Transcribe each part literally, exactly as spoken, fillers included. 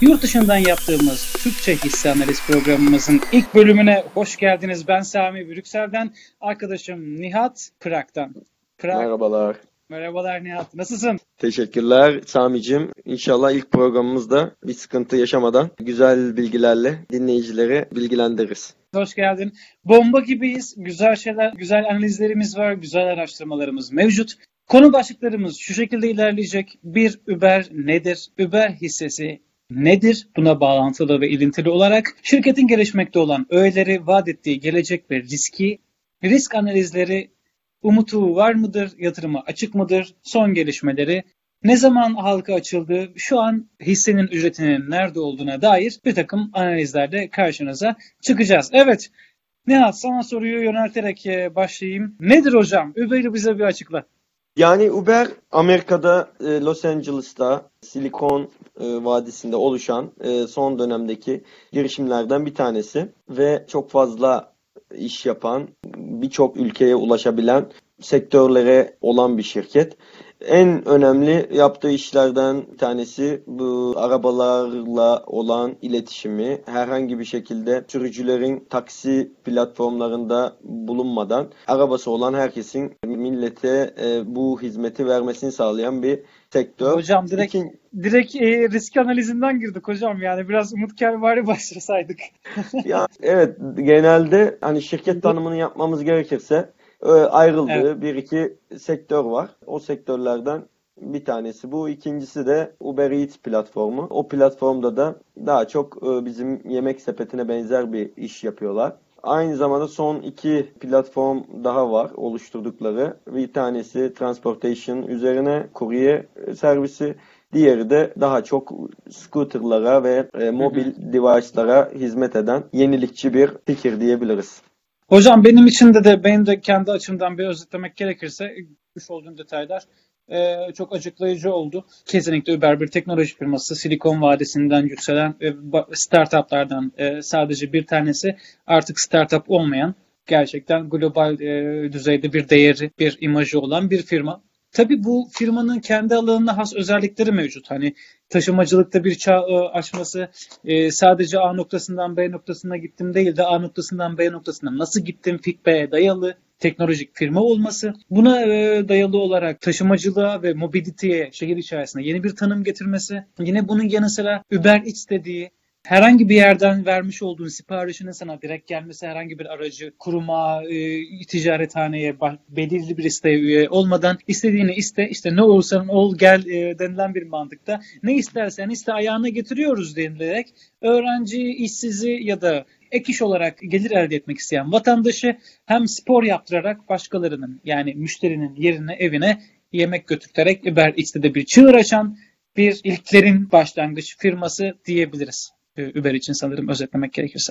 Yurt dışından yaptığımız Türkçe hisse analiz programımızın ilk bölümüne hoş geldiniz. Ben Sami Brüksel'den, arkadaşım Nihat Prag'dan. Prag. Merhabalar. Merhabalar Nihat. Nasılsın? Teşekkürler Sami'cim. İnşallah ilk programımızda bir sıkıntı yaşamadan güzel bilgilerle dinleyicileri bilgilendiririz. Hoş geldin. Bomba gibiyiz. Güzel şeyler, güzel analizlerimiz var, güzel araştırmalarımız mevcut. Konu başlıklarımız şu şekilde ilerleyecek. Bir, Uber nedir? Uber hissesi nedir? Buna bağlantılı ve ilintili olarak şirketin gelişmekte olan öğeleri, vaat ettiği gelecek ve riski, risk analizleri, umutu var mıdır, yatırıma açık mıdır, son gelişmeleri, ne zaman halka açıldı, şu an hissenin ücretinin nerede olduğuna dair bir takım analizlerle karşınıza çıkacağız. Evet, Nihat, sana soruyu yönelterek başlayayım. Nedir hocam? Uber'i bize bir açıkla. Yani Uber Amerika'da Los Angeles'ta Silikon Vadisi'nde oluşan son dönemdeki girişimlerden bir tanesi ve çok fazla iş yapan, birçok ülkeye ulaşabilen sektörlere olan bir şirket. En önemli yaptığı işlerden bir tanesi bu arabalarla olan iletişimi herhangi bir şekilde sürücülerin taksi platformlarında bulunmadan arabası olan herkesin millete e, bu hizmeti vermesini sağlayan bir sektör. Hocam direkt İkin... direkt e, risk analizinden girdik hocam, yani biraz umutkârvari başlasaydık. Ya evet, genelde hani şirket tanımını yapmamız gerekirse ayrıldığı evet. bir iki sektör var. O sektörlerden bir tanesi bu. İkincisi de Uber Eats platformu. O platformda da daha çok bizim yemek sepetine benzer bir iş yapıyorlar. Aynı zamanda son iki platform daha var oluşturdukları. Bir tanesi Transportation üzerine kurye servisi. Diğeri de daha çok scooterlara ve e, mobil device'lara hizmet eden yenilikçi bir fikir diyebiliriz. Hocam benim için de de benim de kendi açımdan bir özetlemek gerekirse güç olduğum detaylar e, çok açıklayıcı oldu. Kesinlikle Uber bir teknoloji firması, Silikon Vadisi'nden yükselen e, startuplardan e, sadece bir tanesi, artık startup olmayan, gerçekten global e, düzeyde bir değeri, bir imajı olan bir firma. Tabii bu firmanın kendi alanına has özellikleri mevcut. Hani taşımacılıkta bir çağ açması, e, sadece A noktasından B noktasına gittim değil de A noktasından B noktasına nasıl gittim feedback'e dayalı teknolojik firma olması. Buna e, dayalı olarak taşımacılığa ve mobility'ye şehir içerisinde yeni bir tanım getirmesi. Yine bunun yanı sıra Uber Eats dediği, herhangi bir yerden vermiş olduğun siparişinin sana direkt gelmesi, herhangi bir aracı, kuruma, e, ticarethaneye, belirli bir listeye üye olmadan istediğini iste, işte ne olursan ol gel e, denilen bir mantıkta. Ne istersen iste ayağına getiriyoruz denilerek öğrenci, işsizi ya da ek iş olarak gelir elde etmek isteyen vatandaşı hem spor yaptırarak başkalarının, yani müşterinin yerine, evine yemek götürterek Uber Eats'te de bir çığır açan bir ilklerin başlangıç firması diyebiliriz. Uber için sanırım özetlemek gerekirse.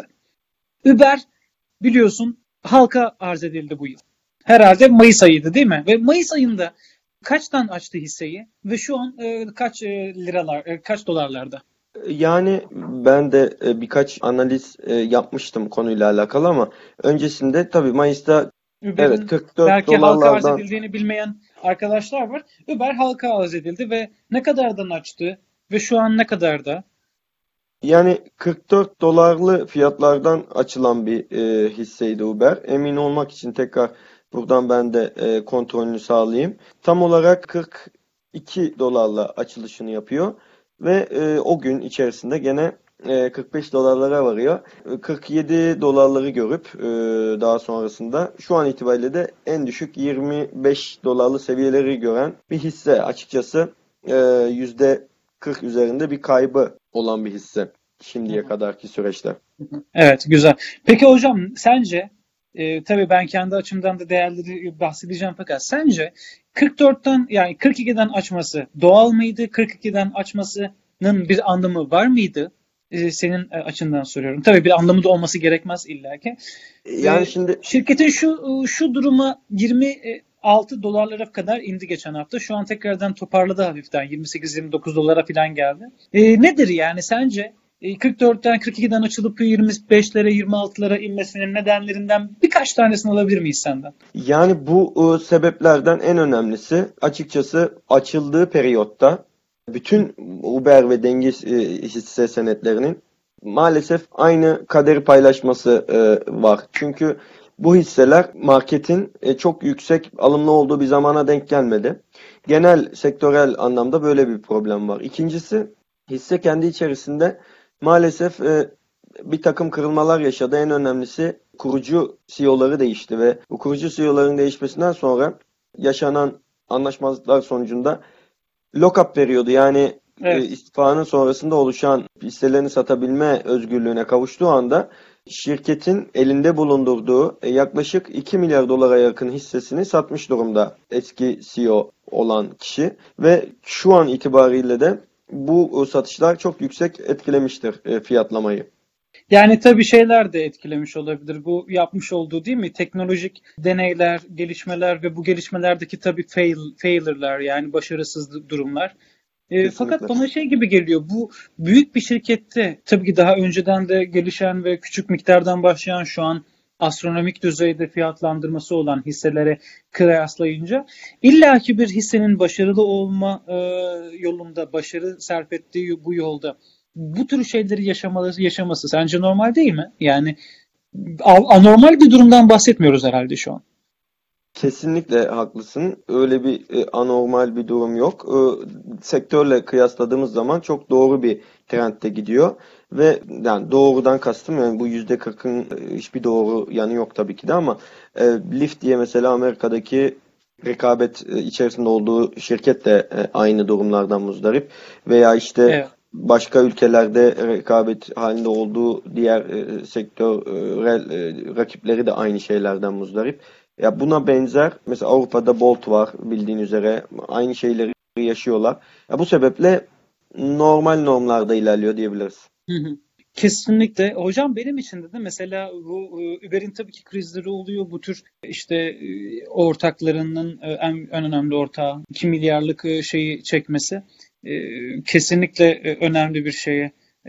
Uber biliyorsun halka arz edildi bu yıl. Herhalde Mayıs ayıydı değil mi? Ve Mayıs ayında kaçtan açtı hisseyi ve şu an e, kaç e, liralar, e, kaç dolarlarda? Yani ben de e, birkaç analiz e, yapmıştım konuyla alakalı ama öncesinde tabii Mayıs'ta Uber'in evet kırk dört belki halka arz dolarlardan edildiğini bilmeyen arkadaşlar var. Uber halka arz edildi ve ne kadardan açtı ve şu an ne kadarda? Yani kırk dört dolarlı fiyatlardan açılan bir e, hisseydi Uber. Emin olmak için tekrar buradan ben de e, kontrolünü sağlayayım. Tam olarak kırk iki dolarla açılışını yapıyor ve e, o gün içerisinde gene e, kırk beş dolarlara varıyor. E, kırk yedi dolarları görüp e, daha sonrasında şu an itibariyle de en düşük yirmi beş dolarlı seviyeleri gören bir hisse. Açıkçası e, yüzde kırk üzerinde bir kaybı olan bir hisse şimdiye Hı-hı. kadarki süreçte. Evet, güzel. Peki hocam sence, e, tabii ben kendi açımdan da değerleri bahsedeceğim, fakat sence kırk dörtten yani kırk ikiden açması doğal mıydı? kırk ikiden açmasının bir anlamı var mıydı? E, senin açından soruyorum. Tabii bir anlamı da olması gerekmez illaki. Yani e, şimdi şirketin şu şu duruma yirmi altı dolarlara kadar indi geçen hafta. Şu an tekrardan toparladı hafiften. yirmi sekiz yirmi dokuz dolara falan geldi. E, nedir yani sence? kırk dörtten kırk ikiden açılıp yirmi beşlere yirmi altılara inmesinin nedenlerinden birkaç tanesini alabilir miyiz senden? Yani bu e, sebeplerden en önemlisi açıkçası açıldığı periyotta bütün Uber ve Dengiz e, hisse senetlerinin maalesef aynı kaderi paylaşması e, var. Çünkü bu hisseler marketin e, çok yüksek alımlı olduğu bir zamana denk gelmedi. Genel sektörel anlamda böyle bir problem var. İkincisi, hisse kendi içerisinde maalesef e, bir takım kırılmalar yaşadı. En önemlisi kurucu C E O'ları değişti ve bu kurucu C E O'ların değişmesinden sonra yaşanan anlaşmazlıklar sonucunda lock-up veriyordu. Yani e, Evet. istifanın sonrasında oluşan hisselerini satabilme özgürlüğüne kavuştuğu anda şirketin elinde bulundurduğu e, yaklaşık iki milyar dolara yakın hissesini satmış durumda eski C E O olan kişi ve şu an itibariyle de bu e, satışlar çok yüksek etkilemiştir e, fiyatlamayı. Yani tabii şeyler de etkilemiş olabilir. Bu yapmış olduğu değil mi? Teknolojik deneyler, gelişmeler ve bu gelişmelerdeki tabii fail, failurlar yani başarısız durumlar. E, fakat Kesinlikle. bana şey gibi geliyor. Bu büyük bir şirkette tabii ki daha önceden de gelişen ve küçük miktardan başlayan şu an astronomik düzeyde fiyatlandırması olan hisselere kıyaslayınca illaki bir hissenin başarılı olma e, yolunda, başarı sarf ettiği bu yolda bu tür şeyleri yaşamaları yaşaması sence normal değil mi? Yani anormal bir durumdan bahsetmiyoruz herhalde şu an. Kesinlikle haklısın. Öyle bir e, anormal bir durum yok. E, sektörle kıyasladığımız zaman çok doğru bir trendde gidiyor ve yani doğrudan kastım yani bu yüzde kırkın e, hiçbir doğru yanı yok tabii ki de ama e, Lyft diye mesela Amerika'daki rekabet e, içerisinde olduğu şirket de e, aynı durumlardan muzdarip veya işte Evet. başka ülkelerde rekabet halinde olduğu diğer e, sektörel e, rakipleri de aynı şeylerden muzdarip. Ya buna benzer mesela Avrupa'da Bolt var bildiğin üzere aynı şeyleri yaşıyorlar. Ya bu sebeple normal normlarda ilerliyor diyebiliriz. Hı hı. Kesinlikle. Hocam benim için de, de mesela bu e, Uber'in tabii ki krizleri oluyor. Bu tür işte e, ortaklarının e, en, en önemli ortağı iki milyarlık e, şeyi çekmesi e, kesinlikle e, önemli bir şeye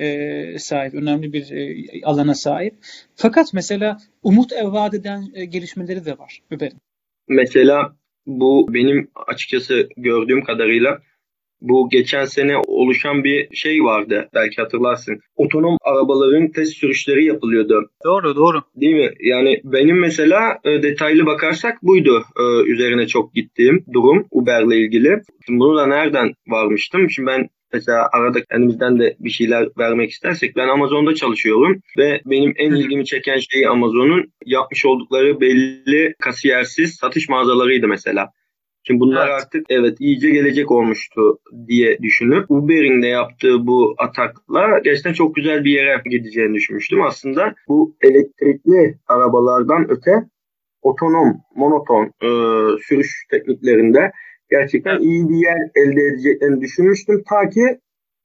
e, sahip, önemli bir e, alana sahip. Fakat mesela umut vaat eden e, gelişmeleri de var Uber'in. Mesela bu benim açıkçası gördüğüm kadarıyla bu geçen sene oluşan bir şey vardı, belki hatırlarsın. Otonom arabaların test sürüşleri yapılıyordu. Doğru, doğru. Değil mi? Yani benim mesela e, detaylı bakarsak buydu e, üzerine çok gittiğim durum Uber'le ilgili. Şimdi bunu da nereden varmıştım? Şimdi ben mesela arada kendimizden de bir şeyler vermek istersek ben Amazon'da çalışıyorum ve benim en Hı hı. ilgimi çeken şey Amazon'un yapmış oldukları belli kasiyersiz satış mağazalarıydı mesela. Şimdi bunlar Evet. artık evet iyice gelecek olmuştu diye düşünüp Uber'in de yaptığı bu atakla gerçekten çok güzel bir yere gideceğini düşünmüştüm. Aslında bu elektrikli arabalardan öte otonom, monoton e, sürüş tekniklerinde gerçekten Evet. iyi bir yer elde edeceklerini düşünmüştüm. Ta ki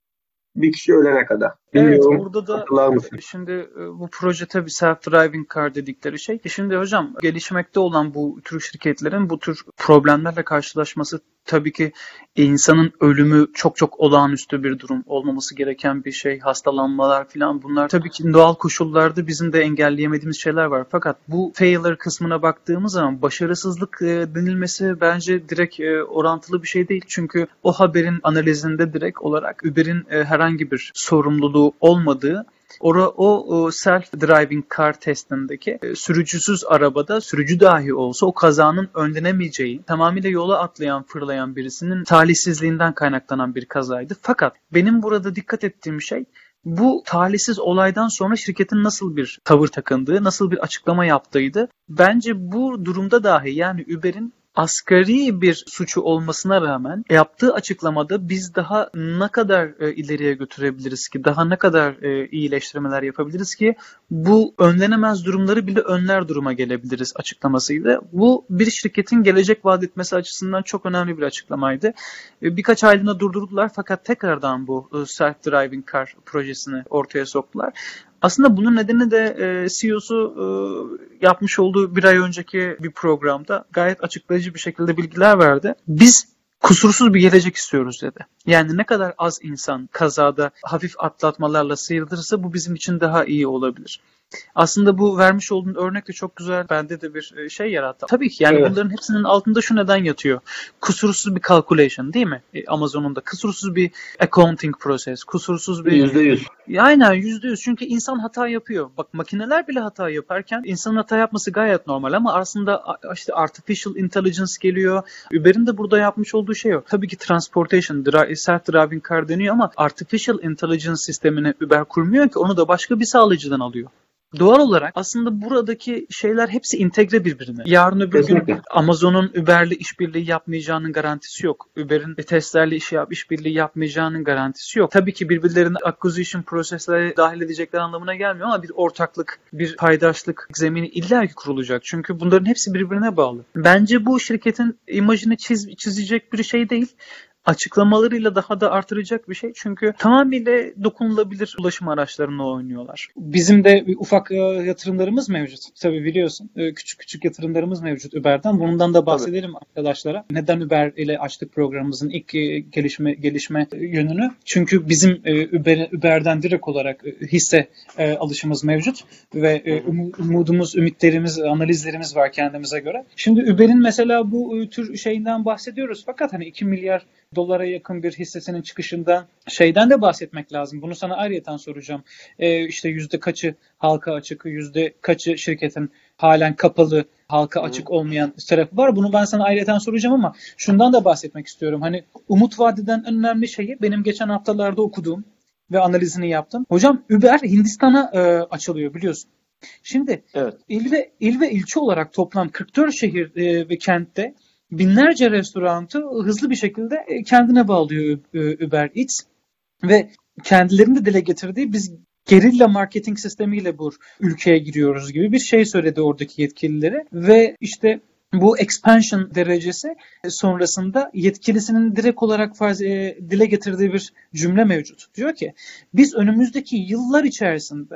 bir kişi ölene kadar. Evet, Bilmiyorum burada da hatırlar mısın? e, şimdi e, bu proje tabii self-driving car dedikleri şey. E Şimdi hocam gelişmekte olan bu tür şirketlerin bu tür problemlerle karşılaşması tabii ki insanın ölümü çok çok olağanüstü bir durum. Olmaması gereken bir şey. Hastalanmalar falan bunlar tabii ki doğal koşullarda bizim de engelleyemediğimiz şeyler var. Fakat bu failure kısmına baktığımız zaman başarısızlık e, denilmesi bence direkt e, orantılı bir şey değil. Çünkü o haberin analizinde direkt olarak Uber'in e, herhangi bir sorumluluğu olmadığı Ora, o self-driving car testindeki e, sürücüsüz arabada sürücü dahi olsa o kazanın önlenemeyeceği, tamamıyla yola atlayan, fırlayan birisinin talihsizliğinden kaynaklanan bir kazaydı. Fakat benim burada dikkat ettiğim şey bu talihsiz olaydan sonra şirketin nasıl bir tavır takındığı, nasıl bir açıklama yaptığıydı. Bence bu durumda dahi yani Uber'in asgari bir suçu olmasına rağmen yaptığı açıklamada biz daha ne kadar e, ileriye götürebiliriz ki, daha ne kadar e, iyileştirmeler yapabiliriz ki bu önlenemez durumları bile önler duruma gelebiliriz açıklamasıydı. Bu bir şirketin gelecek vaat etmesi açısından çok önemli bir açıklamaydı. E, birkaç aylığına durdurdular fakat tekrardan bu e, self-driving car projesini ortaya soktular. Aslında bunun nedeni de e, C E O'su e, yapmış olduğu bir ay önceki bir programda gayet açıklayıcı bir şekilde bilgiler verdi. Biz kusursuz bir gelecek istiyoruz dedi. Yani ne kadar az insan kazada hafif atlatmalarla sıyrılırsa bu bizim için daha iyi olabilir. Aslında bu vermiş olduğun örnek de çok güzel. Bende de bir şey yarattı. Tabii ki yani Evet. bunların hepsinin altında şu neden yatıyor. Kusursuz bir calculation değil mi? E, Amazon'un da kusursuz bir accounting proses, kusursuz bir Yüzde yüz. Aynen yüzde yüz. Çünkü insan hata yapıyor. Bak makineler bile hata yaparken insanın hata yapması gayet normal ama aslında işte artificial intelligence geliyor. Uber'in de burada yapmış olduğu şey o. Tabii ki transportation, dra- self-driving car deniyor ama artificial intelligence sistemini Uber kurmuyor ki onu da başka bir sağlayıcıdan alıyor. Doğal olarak aslında buradaki şeyler hepsi entegre birbirine. Yarın öbür Kesinlikle. gün Amazon'un Uber'le işbirliği yapmayacağının garantisi yok. Uber'in Tesla'yla iş yap, işbirliği yapmayacağının garantisi yok. Tabii ki birbirlerine acquisition prosesleri dahil edecekler anlamına gelmiyor ama bir ortaklık, bir paydaşlık zemini illa ki kurulacak. Çünkü bunların hepsi birbirine bağlı. Bence bu şirketin imajını çiz, çizecek bir şey değil. Açıklamalarıyla daha da artıracak bir şey. Çünkü tamamıyla dokunulabilir ulaşım araçlarına oynuyorlar. Bizim de ufak yatırımlarımız mevcut. Tabii biliyorsun. Küçük küçük yatırımlarımız mevcut Uber'den. Bundan da bahsedelim Tabii. arkadaşlara. Neden Uber ile açtık programımızın ilk gelişme gelişme yönünü? Çünkü bizim Uber, Uber'den direkt olarak hisse alışımız mevcut ve umudumuz, ümitlerimiz, analizlerimiz var kendimize göre. Şimdi Uber'in mesela bu tür şeyinden bahsediyoruz. Fakat hani iki milyar dolara yakın bir hissesinin çıkışından şeyden de bahsetmek lazım. Bunu sana ayrıyeten soracağım. Ee, işte yüzde kaçı halka açık, yüzde kaçı şirketin halen kapalı, halka açık olmayan tarafı var. Bunu ben sana ayrıyeten soracağım ama şundan da bahsetmek istiyorum. Hani umut vadeden en önemli şeyi benim geçen haftalarda okuduğum ve analizini yaptım. Hocam Uber Hindistan'a e, açılıyor biliyorsun. Şimdi evet. il ve il ve ilçe olarak toplam kırk dört şehir e, ve kentte binlerce restoranı hızlı bir şekilde kendine bağlıyor Uber Eats ve kendilerinin de dile getirdiği biz gerilla marketing sistemiyle bu ülkeye giriyoruz gibi bir şey söyledi oradaki yetkilileri ve işte bu expansion derecesi sonrasında yetkilisinin direkt olarak farz, e, dile getirdiği bir cümle mevcut. Diyor ki biz önümüzdeki yıllar içerisinde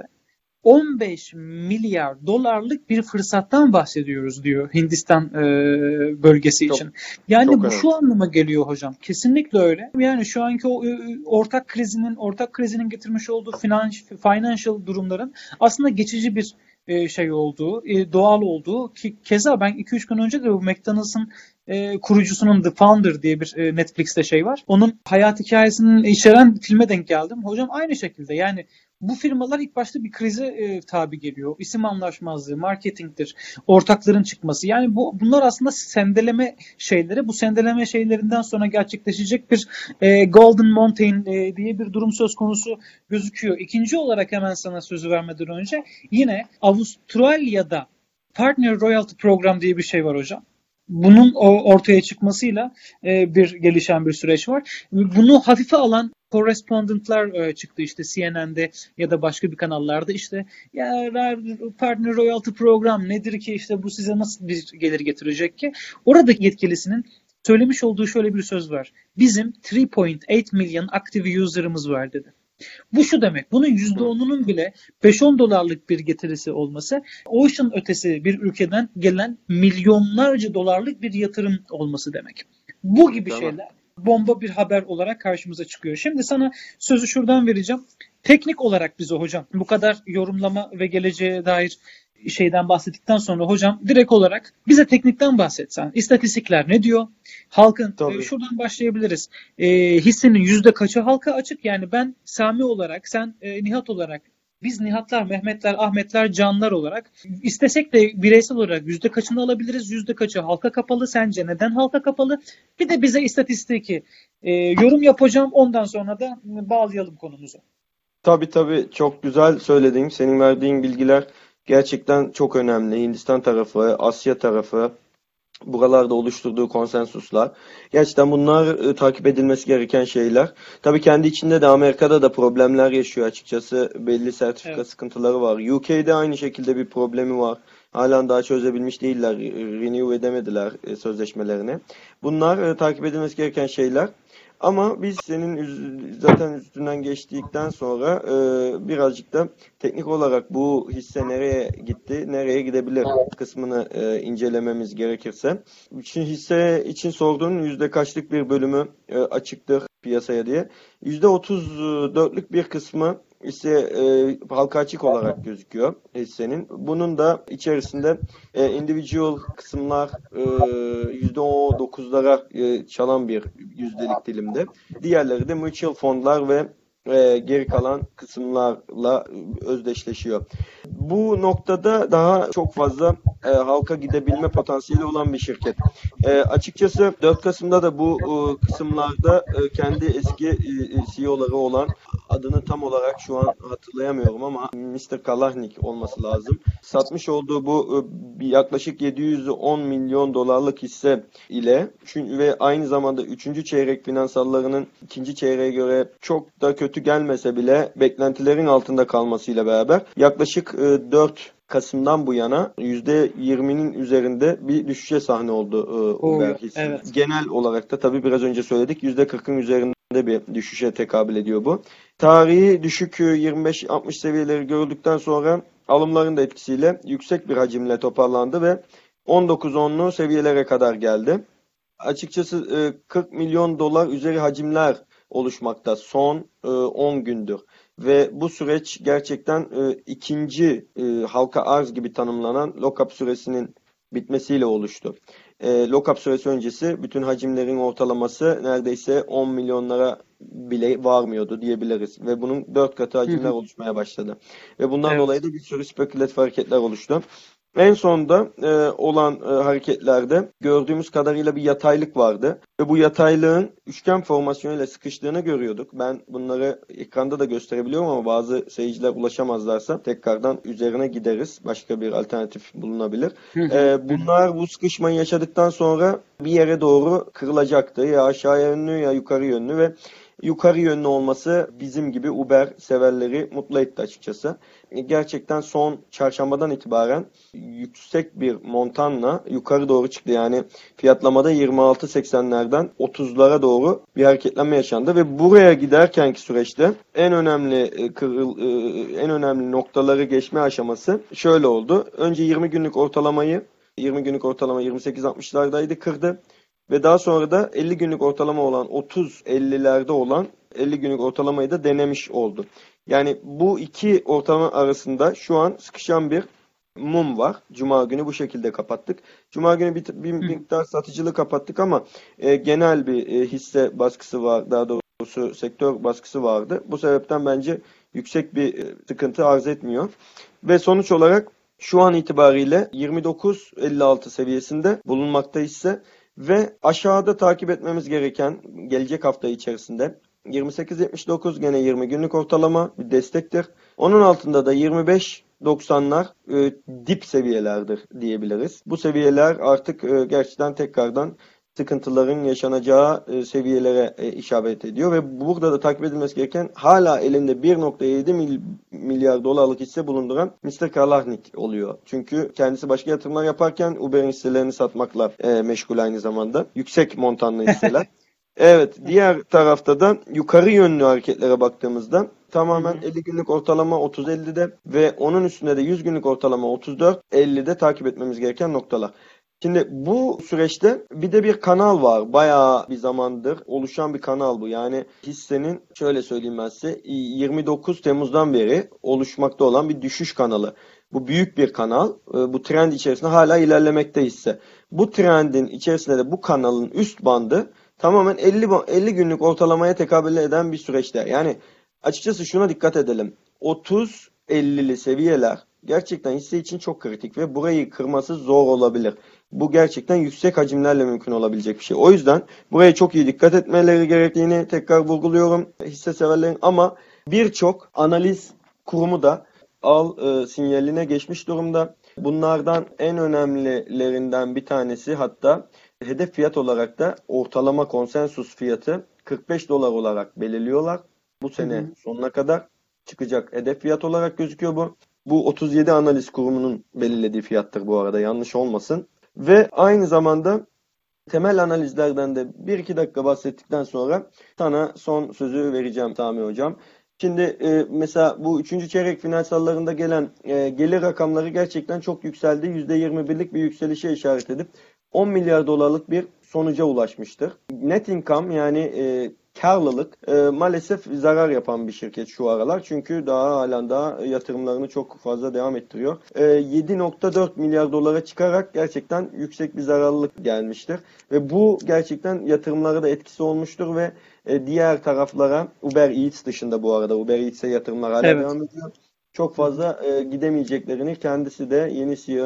on beş milyar dolarlık bir fırsattan bahsediyoruz diyor Hindistan e, bölgesi çok, için. Yani bu önemli. Şu anlama geliyor hocam. Kesinlikle öyle. Yani şu anki o e, ortak krizinin ortak krizinin getirmiş olduğu finans, financial durumların aslında geçici bir e, şey olduğu, e, doğal olduğu ki keza ben iki üç gün önce de bu McDonald's'ın e, kurucusunun The Founder diye bir e, Netflix'te şey var. Onun hayat hikayesini içeren filme denk geldim. Hocam aynı şekilde yani bu firmalar ilk başta bir krize e, tabi geliyor. İsim anlaşmazlığı, marketingdir, ortakların çıkması. Yani bu bunlar aslında sendeleme şeyleri. Bu sendeleme şeylerinden sonra gerçekleşecek bir e, Golden Mountain e, diye bir durum söz konusu gözüküyor. İkinci olarak hemen sana sözü vermeden önce yine Avustralya'da Partner Royalty Program diye bir şey var hocam. Bunun ortaya çıkmasıyla e, bir gelişen bir süreç var. Bunu hafife alan correspondentlar çıktı işte C N N'de ya da başka bir kanallarda işte ya Partner Royalty Program nedir ki işte bu size nasıl bir gelir getirecek ki? Oradaki yetkilisinin söylemiş olduğu şöyle bir söz var. Bizim üç nokta sekiz milyon aktif user'ımız var dedi. Bu şu demek, bunun yüzde onunun bile beş on dolarlık bir getirisi olması, ocean ötesi bir ülkeden gelen milyonlarca dolarlık bir yatırım olması demek. Bu gibi tamam. şeyler bomba bir haber olarak karşımıza çıkıyor. Şimdi sana sözü şuradan vereceğim. Teknik olarak bize hocam bu kadar yorumlama ve geleceğe dair şeyden bahsettikten sonra hocam direkt olarak bize teknikten bahsetsen. İstatistikler ne diyor? Halkın e, şuradan başlayabiliriz. E, hissenin yüzde kaçı halka açık? Yani ben Sami olarak, sen e, Nihat olarak, biz Nihatlar, Mehmetler, Ahmetler, Canlar olarak istesek de bireysel olarak yüzde kaçını alabiliriz? Yüzde kaçı halka kapalı? Sence neden halka kapalı? Bir de bize istatistiki e, yorum yapacağım. Ondan sonra da bağlayalım konumuzu. Tabii tabii çok güzel söyledin. Senin verdiğin bilgiler gerçekten çok önemli. Hindistan tarafı, Asya tarafı, buralarda oluşturduğu konsensuslar. Gerçekten bunlar e, takip edilmesi gereken şeyler. Tabii kendi içinde de Amerika'da da problemler yaşıyor açıkçası. Belli sertifika evet. sıkıntıları var. U K'de aynı şekilde bir problemi var. Halen daha çözebilmiş değiller. Renew edemediler e, sözleşmelerini. Bunlar e, takip edilmesi gereken şeyler. Ama biz senin üz- zaten üstünden geçtikten sonra e, birazcık da teknik olarak bu hisse nereye gitti, nereye gidebilir kısmını e, incelememiz gerekirse. Şimdi hisse için sorduğun yüzde kaçlık bir bölümü e, açıktır piyasaya diye. yüzde otuz dörtlük bir kısmı ise e, halka açık olarak gözüküyor hissenin. Bunun da içerisinde e, individual kısımlar e, yüzde dokuzlara e, çalan bir yüzdelik dilimde. Diğerleri de mutual fondlar ve e, geri kalan kısımlarla özdeşleşiyor. Bu noktada daha çok fazla e, halka gidebilme potansiyeli olan bir şirket. E, açıkçası dört Kasım'da da bu e, kısımlarda e, kendi eski e, C E O'ları olan, adını tam olarak şu an hatırlayamıyorum ama mister Kalahnik olması lazım, satmış olduğu bu e, yaklaşık yedi yüz on milyon dolarlık hisse ile ve aynı zamanda üçüncü çeyrek finansallarının ikinci çeyreğe göre çok da kötü gelmese bile beklentilerin altında kalmasıyla beraber yaklaşık e, dört Kasım'dan bu yana yüzde yirminin üzerinde bir düşüşe sahne oldu e, Uber hissesi. Evet. Genel olarak da tabii biraz önce söyledik, yüzde kırkın üzerinde bir düşüşe tekabül ediyor bu. Tarihi düşük yirmi beş altmış seviyeleri görüldükten sonra alımların da etkisiyle yüksek bir hacimle toparlandı ve on dokuz onlu seviyelere kadar geldi. Açıkçası kırk milyon dolar üzeri hacimler oluşmakta son on gündür. Ve bu süreç gerçekten ikinci halka arz gibi tanımlanan lock-up süresinin bitmesiyle oluştu. Lock-up süresi öncesi bütün hacimlerin ortalaması neredeyse on milyonlara bile varmıyordu diyebiliriz. Ve bunun dört katı hacimler oluşmaya başladı. Ve bundan Evet. dolayı da bir sürü spekülatif hareketler oluştu. En sonda e, olan e, hareketlerde gördüğümüz kadarıyla bir yataylık vardı. Ve bu yataylığın üçgen formasyonuyla sıkıştığını görüyorduk. Ben bunları ekranda da gösterebiliyorum ama bazı seyirciler ulaşamazlarsa tekrardan üzerine gideriz. Başka bir alternatif bulunabilir. E, bunlar bu sıkışmayı yaşadıktan sonra bir yere doğru kırılacaktı. Ya aşağıya yönlü ya yukarı yönlü ve yukarı yönlü olması bizim gibi Uber severleri mutlu etti açıkçası. Gerçekten son çarşambadan itibaren yüksek bir montanla yukarı doğru çıktı. Yani fiyatlamada yirmi altı seksenlerden otuzlara doğru bir hareketlenme yaşandı ve buraya giderkenki süreçte en önemli kırıl, en önemli noktaları geçme aşaması şöyle oldu. Önce yirmi günlük ortalamayı yirmi günlük ortalama yirmi sekiz altmışlardaydı, kırdı. Ve daha sonra da elli günlük ortalama olan otuz ellilerde olan elli günlük ortalamayı da denemiş oldu. Yani bu iki ortalama arasında şu an sıkışan bir mum var. Cuma günü bu şekilde kapattık. Cuma günü bir, bir miktar satıcılığı kapattık ama e, genel bir e, hisse baskısı var. Daha doğrusu sektör baskısı vardı. Bu sebepten bence yüksek bir e, sıkıntı arz etmiyor. Ve sonuç olarak şu an itibariyle yirmi dokuz elli altı seviyesinde bulunmakta hisse. Ve aşağıda takip etmemiz gereken gelecek hafta içerisinde yirmi sekiz yetmiş dokuz gene yirmi günlük ortalama bir destektir. Onun altında da yirmi beş doksanlar e, dip seviyelerdir diyebiliriz. Bu seviyeler artık e, gerçekten tekrardan sıkıntıların yaşanacağı e, seviyelere e, işaret ediyor ve burada da takip edilmesi gereken hala elinde bir nokta yedi milyar dolarlık hisse bulunduran mister Kalahnik oluyor. Çünkü kendisi başka yatırımlar yaparken Uber'in hisselerini satmakla e, meşgul aynı zamanda. Yüksek montanlı hisseler. Evet, diğer tarafta da yukarı yönlü hareketlere baktığımızda tamamen elli günlük ortalama otuz ellide ve onun üstünde de yüz günlük ortalama otuz dört ellide takip etmemiz gereken noktalar. Şimdi bu süreçte bir de bir kanal var. Bayağı bir zamandır oluşan bir kanal bu. Yani hissenin şöyle söyleyeyim ben size yirmi dokuz Temmuz'dan beri oluşmakta olan bir düşüş kanalı. Bu büyük bir kanal. Bu trend içerisinde hala ilerlemekte hisse. Bu trendin içerisinde de bu kanalın üst bandı tamamen elli, elli günlük ortalamaya tekabül eden bir süreçte. Yani açıkçası şuna dikkat edelim. otuz ellili seviyeler gerçekten hisse için çok kritik ve burayı kırması zor olabilir. Bu gerçekten yüksek hacimlerle mümkün olabilecek bir şey. O yüzden buraya çok iyi dikkat etmeleri gerektiğini tekrar vurguluyorum hisse severlerin, ama birçok analiz kurumu da al e, sinyaline geçmiş durumda. Bunlardan en önemlilerinden bir tanesi, hatta hedef fiyat olarak da ortalama konsensus fiyatı kırk beş dolar olarak belirliyorlar. Bu sene hı hı. sonuna kadar çıkacak hedef fiyat olarak gözüküyor bu. Bu otuz yedi analiz kurumunun belirlediği fiyattır bu arada, yanlış olmasın. Ve aynı zamanda temel analizlerden de bir iki dakika bahsettikten sonra sana son sözü vereceğim Sami Hocam. Şimdi e, mesela bu üçüncü çeyrek finansallarında gelen e, gelir rakamları gerçekten çok yükseldi. yüzde yirmi birlik bir yükselişe işaret edip on milyar dolarlık bir sonuca ulaşmıştır. Net income, yani e, karlılık. E, maalesef zarar yapan bir şirket şu aralar. Çünkü daha halen daha yatırımlarını çok fazla devam ettiriyor. E, yedi nokta dört milyar dolara çıkarak gerçekten yüksek bir zararlılık gelmiştir. Ve bu gerçekten yatırımlara da etkisi olmuştur ve e, diğer taraflara, Uber Eats dışında bu arada, Uber Eats'e yatırımlar hala Evet. devam ediyor. Çok fazla e, gidemeyeceklerini kendisi de yeni C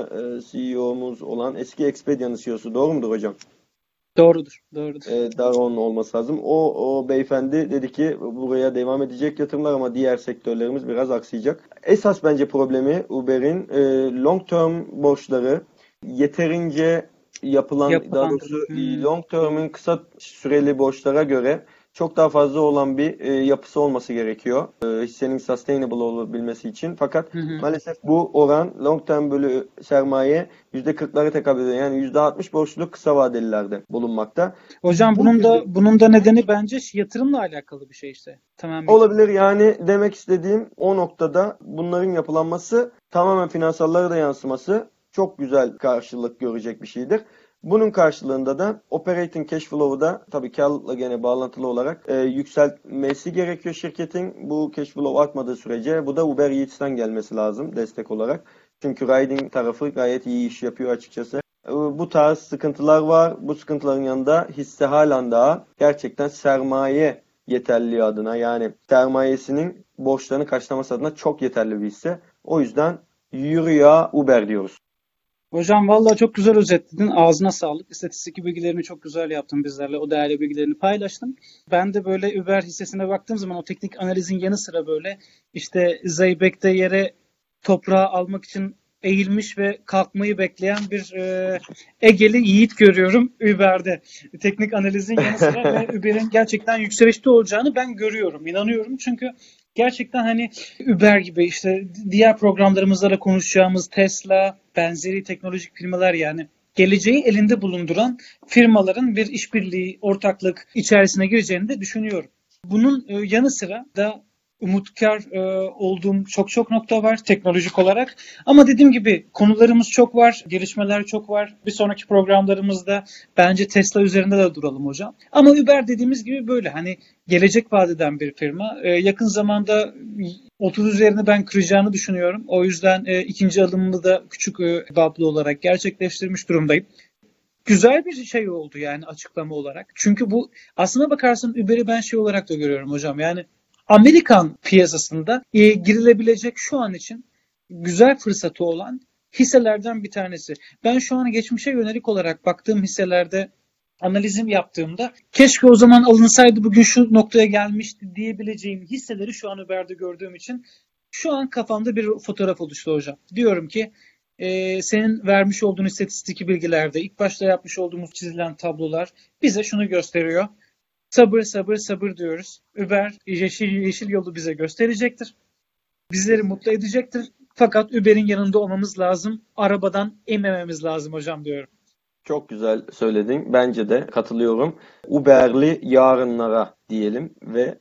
E O'muz olan eski Expedia'nın C E O'su, doğru mudur hocam? Doğrudur. Doğrudur. E, Daron olması lazım. O, o beyefendi dedi ki buraya devam edecek yatırımlar ama diğer sektörlerimiz biraz aksayacak. Esas bence problemi Uber'in e, long term borçları, yeterince yapılan, daha Yapılandırma. doğrusu Hmm. long term'ün kısa süreli borçlara göre çok daha fazla olan bir e, yapısı olması gerekiyor. E, hissenin sustainable olabilmesi için. Fakat Hı hı. maalesef bu oran long term bölü sermaye yüzde kırklara tekabül ediyor. Yani yüzde altmış borçluluk kısa vadelilerde bulunmakta. Hocam Bu bunun da gibi bunun da nedeni bence yatırımla alakalı bir şey işte. Tamamen. olabilir, yani demek istediğim o noktada bunların yapılanması, tamamen finansallara da yansıması çok güzel karşılık görecek bir şeydir. Bunun karşılığında da operating cash flow'u da tabii karla gene bağlantılı olarak e, yükseltmesi gerekiyor şirketin. Bu cash flow artmadığı sürece bu da Uber Eats'ten gelmesi lazım destek olarak. Çünkü riding tarafı gayet iyi iş yapıyor açıkçası. E, bu tarz sıkıntılar var. Bu sıkıntıların yanında hisse halen daha gerçekten sermaye yeterliliği adına, yani sermayesinin borçlarını karşılaması adına çok yeterli bir hisse. O yüzden yürü ya Uber diyoruz. Hocam vallahi çok güzel özetledin. Ağzına sağlık. İstatistik bilgilerini çok güzel yaptın bizlerle. O değerli bilgilerini paylaştın. Ben de böyle Uber hissesine baktığım zaman o teknik analizin yanı sıra böyle işte Zeybek'te yere toprağı almak için eğilmiş ve kalkmayı bekleyen bir e, Egeli yiğit görüyorum Uber'de. Teknik analizin yanı sıra ve Uber'in gerçekten yükselişte olacağını ben görüyorum, inanıyorum. Çünkü gerçekten hani Uber gibi işte diğer programlarımızda da konuşacağımız Tesla, benzeri teknolojik firmalar, yani geleceği elinde bulunduran firmaların bir işbirliği, ortaklık içerisine gireceğini de düşünüyorum. Bunun e, yanı sıra da umutkar e, olduğum çok çok nokta var teknolojik olarak. Ama dediğim gibi konularımız çok var, gelişmeler çok var. Bir sonraki programlarımızda bence Tesla üzerinde de duralım hocam. Ama Uber dediğimiz gibi böyle hani gelecek vaat eden bir firma. E, yakın zamanda otuz üzerine ben kıracağını düşünüyorum. O yüzden e, ikinci alımımı da küçük e, bablı olarak gerçekleştirmiş durumdayım. Güzel bir şey oldu yani açıklama olarak. Çünkü bu aslına bakarsan Uber'i ben şey olarak da görüyorum hocam. Yani Amerikan piyasasında e, girilebilecek şu an için güzel fırsatı olan hisselerden bir tanesi. Ben şu an geçmişe yönelik olarak baktığım hisselerde analizim yaptığımda keşke o zaman alınsaydı bugün şu noktaya gelmişti diyebileceğim hisseleri şu an Uber'de gördüğüm için şu an kafamda bir fotoğraf oluştu hocam. Diyorum ki e, senin vermiş olduğun istatistik bilgilerde ilk başta yapmış olduğumuz çizilen tablolar bize şunu gösteriyor. Sabır sabır sabır diyoruz. Uber yeşil, yeşil yolu bize gösterecektir. Bizleri mutlu edecektir. Fakat Uber'in yanında olmamız lazım. Arabadan inmememiz lazım hocam diyorum. Çok güzel söyledin. Bence de katılıyorum. Uber'li yarınlara diyelim ve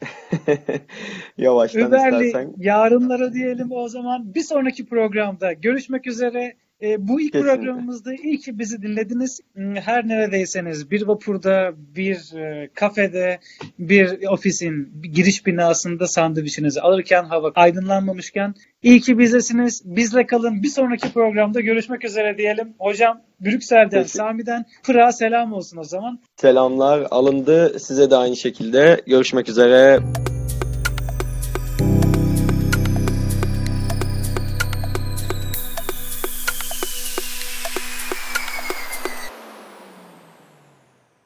yavaştan Uber'li istersen. yarınlara diyelim o zaman. Bir sonraki programda görüşmek üzere. E, bu ilk Kesinlikle. programımızda iyi ki bizi dinlediniz. Her neredeyseniz bir vapurda, bir e, kafede, bir ofisin bir giriş binasında sandviçinizi alırken hava aydınlanmamışken iyi ki bizdesiniz. Bizle kalın. Bir sonraki programda görüşmek üzere diyelim. Hocam Brüksel'den, Peki. Sami'den Pırağa selam olsun o zaman. Selamlar alındı. Size de aynı şekilde. Görüşmek üzere.